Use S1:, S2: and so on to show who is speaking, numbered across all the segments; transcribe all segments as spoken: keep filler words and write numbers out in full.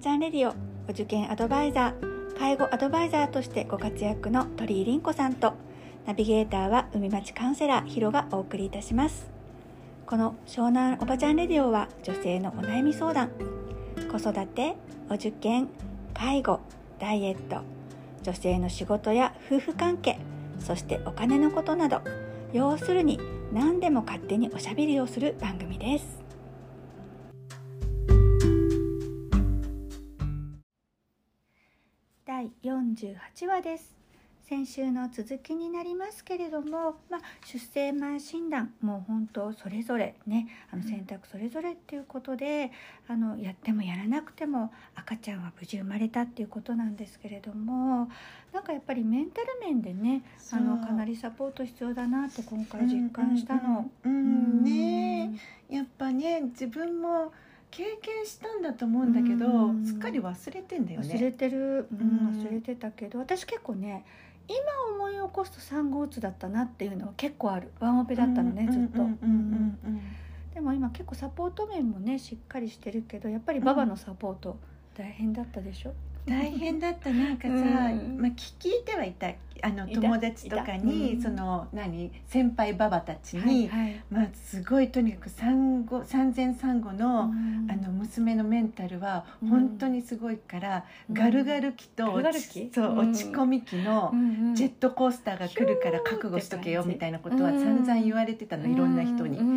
S1: ちゃんレディオ、お受験アドバイザー、介護アドバイザーとしてご活躍の鳥居凛子さんと、ナビゲーターは海町カウンセラーヒロがお送りいたします。この湘南おばちゃんレディオは、女性のお悩み相談、子育て、お受験、介護、ダイエット、女性の仕事や夫婦関係、そしてお金のことなど、要するに何でも勝手におしゃべりをする番組です。だいよんじゅうはちわです。先週の続きになりますけれども、まあ、出生前診断、もう本当それぞれね、あの選択それぞれっていうことで、あのやってもやらなくても赤ちゃんは無事生まれたっていうことなんですけれども、なんかやっぱりメンタル面でね、あのかなりサポート必要だなって今回実感したの。
S2: うんうんうんうん、ねやっぱね、自分も経験したんだと思うんだけど、うん、すっかり忘れてんだよね。
S1: 忘れてる、うん、忘れてたけど、私結構ね、今思い起こすと産後うつだったなっていうのは結構ある。ワンオペだったのね、ずっと。でも今結構サポート面もねしっかりしてるけど、やっぱりババのサポート大変だったでしょ。
S2: 大変だった。なんかさ、うん、まあ、聞いてはいた、あの友達とかに、うん、その何先輩ババたちに、はいはい、まあ、すごいとにかく産後産前産後の、うん、あの娘のメンタルは本当にすごいから、うん、ガルガル期と、うん、落ち、そう、うん、落ち込み期のジェットコースターが来るから覚悟しとけよみたいなことは散々言われてたの、うん、いろんな人に、うん、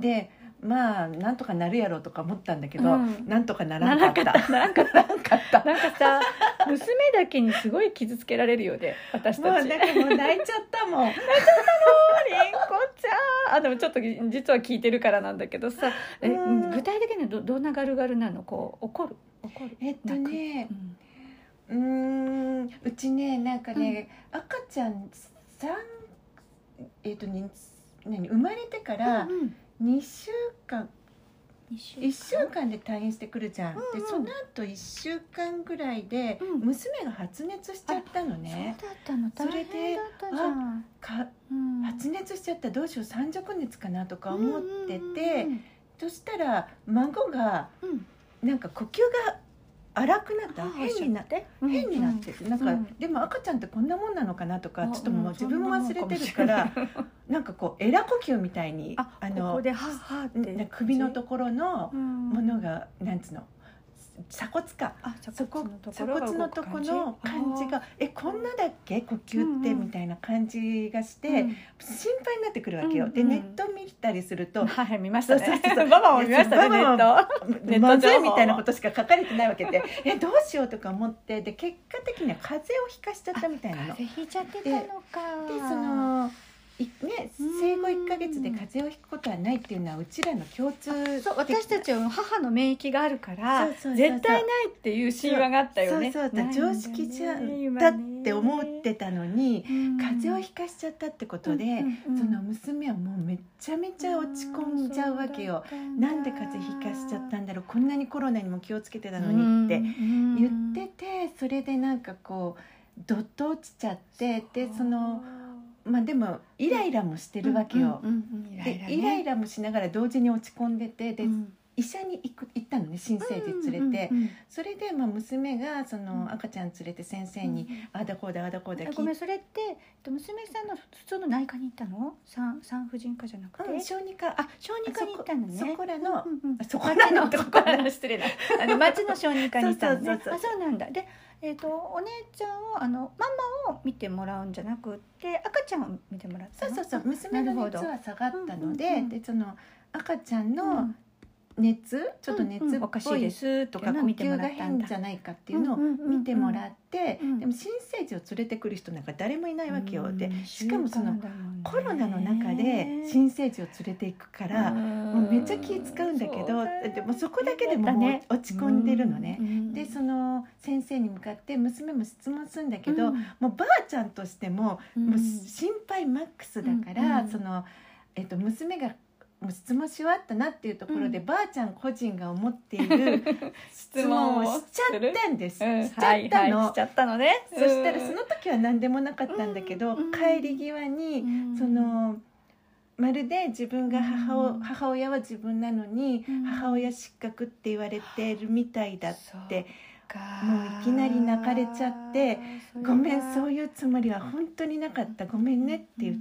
S2: でまあなんとかなるやろうとか思ったんだけど、うん、なんとかならなかったならんかったなんか
S1: さ、娘だけにすごい傷つけられるよね、私たち。
S2: もうなんかもう泣いちゃったもん泣いちゃ
S1: ったの、りんこちゃん。あ、でもちょっと実は聞いてるからなんだけどさ、え、うん、具体的には ど, どんなガルガルなの？こう怒る怒る
S2: えっとね、うん、うーんうちねなんかね、うん、赤ちゃんさんえっとね何生まれてから、うんうん、にしゅうかんいっしゅうかんで退院してくるじゃん、うんうん、でその後いっしゅうかんぐらいで娘が発熱しちゃったのね、
S1: うん、そうだったの。大変だったじゃん。
S2: それであか、うん、発熱しちゃったどうしようさんじゅくねつかなとか思ってて、うんうんうん、そしたら孫がなんか呼吸が荒くなった、うん、変になって、うん、変になって、うん、なんか、うん、でも赤ちゃんってこんなもんなのかなとか、ちょっともう自分も忘れてるから、なんかこうエラ呼吸みたいに、
S1: ああのここでハッハッって
S2: 首のところのものが、うん、なんつうの鎖骨か、
S1: あ
S2: 鎖骨のところの感じがえこんなだっけ呼吸って、うんうん、みたいな感じがして、うん、心配になってくるわけよ、うんうん、でネット見たりすると、
S1: はい、見ましたね。そうそうそうババも見ましたね、ネット
S2: まずいみたいなことしか書かれてないわけでえどうしようとか思って、で結果的には風邪をひかしちゃったみたいなの。
S1: 風邪ひいちゃってたのか。
S2: でそのね、生後いっかげつで風邪をひくことはないっていうのはうちらの共通。
S1: そう、私たちは母の免疫があるから絶対ないっていう神話があったよね。
S2: そうそうそう、常識じゃだって思ってたのに、風邪をひかしちゃったってことで、うんうんうん、その娘はもうめちゃめちゃ落ち込んじゃうわけよ。なんで風邪ひかしちゃったんだろう、こんなにコロナにも気をつけてたのにって言ってて、それでなんかこうどっと落ちちゃって、でそのまあ、でもイライラもしてるわけよ、うんうんうん、でイライラもしながら同時に落ち込んでて、で、うん、医者に行く行ったのね、新生児連れて、うんうんうん、それでまあ娘がその赤ちゃん連れて先生に、うん、あだこうだあだこうだ聞いて、
S1: ごめん、それって娘さんの普通の内科に行ったの？産産婦人科じゃなくて、
S2: うん、小児科。
S1: あ、小児科に行ったのね。
S2: そこらの、
S1: うんうんうん、
S2: そこらの
S1: そこらの失礼なあの町の小児科に行ったのね。そうそうそうそう、あ、そうなんだ。でえー、とお姉ちゃんをあのママを見てもらうんじゃなくって赤ちゃんを見てもらったの？
S2: そうそうそう、娘の熱は下がったので、うんうんうん、でその赤ちゃんの熱、うん、ちょっと熱っぽい、うんうん、おかしいですとか呼吸が変じゃないかっていうのを見てもらって、うんうんうん、でも新生児を連れてくる人なんか誰もいないわけよ、うん、でしかもそのコロナの中で新生児を連れていくから、もうめっちゃ気使うんだけど、でもそこだけでももう落ち込んでるのね、うん、でその先生に向かって娘も質問するんだけど、うん、もうばあちゃんとしても、うん、もう心配マックスだから、うん、そのえっと、娘がもう質問し終わったなっていうところで、うん、ばあちゃん個人が思っている質問をしちゃったんです、うん、しちゃったの、はいはい、しちゃったのね、うん、そしたらその時は何でもなかったんだけど、うん、帰り際に、うん、そのまるで自分が 母, を、うん、母親は自分なのに、うん、母親失格って言われてるみたいだってもういきなり泣かれちゃって、ごめんそういうつもりは本当になかった、ごめんねって言って、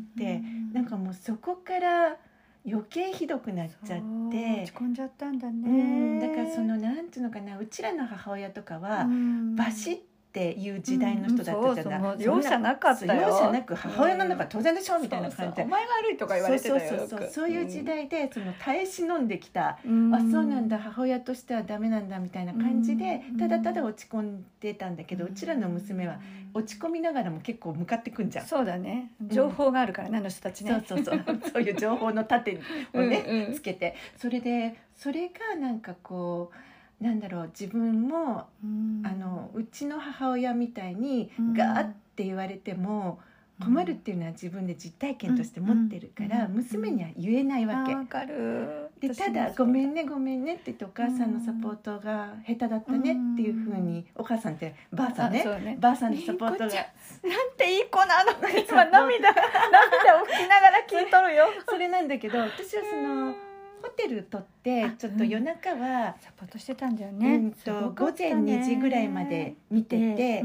S2: なんかもうそこから余計ひどくなっちゃって
S1: 落ち込んじゃったんだね。
S2: うん、だからそのなんていうのかな、うちらの母親とかはバシッっていう時代の人だったじゃない、
S1: うんうん、容赦なかったよ。
S2: 容赦なく母親なんだから当然でしょ、うん、みたいな感じで、
S1: そうそう、お前悪いとか言われてたよ。
S2: そうそうそうそう、そういう時代でその耐え忍んできた、
S1: うん、
S2: あそうなんだ母親としてはダメなんだみたいな感じで、ただただ落ち込んでたんだけど、うちらの娘は落ち込みながらも結構向かってくんじゃん。
S1: そうだね、情報があるからね、あの人たちね。
S2: そうそうそうそういう情報の盾をね
S1: うん、うん、
S2: つけて、それでそれがなんかこうなんだろう、自分も、うん、あのうちの母親みたいにガーって言われても困るっていうのは自分で実体験として持ってるから、うん、娘には言えないわけ。
S1: わかる。
S2: でただごめんねごめんねって言ってお母さんのサポートが下手だったねっていう風に、お母さんってばあさん ね, ねばあさんのサポートがなん
S1: ていい子なの今涙涙を拭きながら聞いとるよ
S2: それなんだけど、私はそのホテル取ってちょっと夜中は
S1: サポートしてたんだよね、
S2: うんとごぜんにじぐらいまで見てて、うん、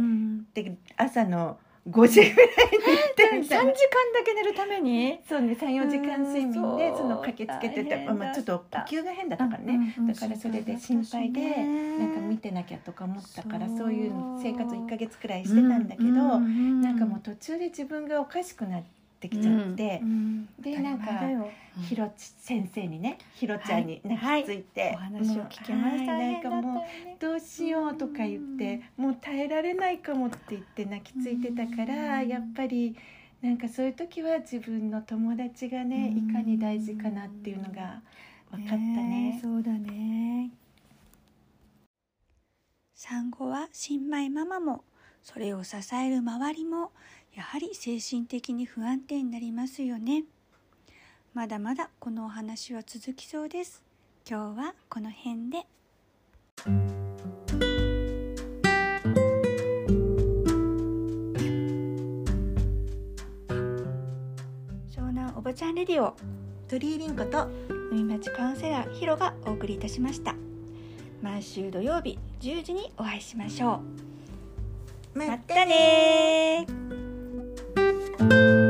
S2: で朝のごじぐらいに行ってみたいな、
S1: さんじかんだけ寝るために、
S2: そうね、さんよじかん睡眠でその駆けつけてて、まあ、ちょっと呼吸が変だったからね、うんうん、だからそれで心配でなんか見てなきゃとか思ったから、そういう生活をいっかげつくらいしてたんだけど、うんうん、なんかもう途中で自分がおかしくなってできちゃって、うん、でなんかひろち先生にね、ひろちゃんに泣きついて、
S1: はいはい、お話を聞きました、
S2: なんかもうどうしようとか言って、うん、もう耐えられないかもって言って泣きついてたから、うん、やっぱりなんかそういう時は自分の友達がね、うん、いかに大事かなっていうのが分かったね。
S1: ね、そうだね。産後は新米ママもそれを支える周りもやはり精神的に不安定になりますよね。まだまだこのお話は続きそうです。今日はこの辺で。湘南おばちゃんレディオ、
S2: 鳥居凛子と
S1: 海町カウンセラーひろがお送りいたしました。毎週土曜日じゅうじにお会いしましょう。またねー。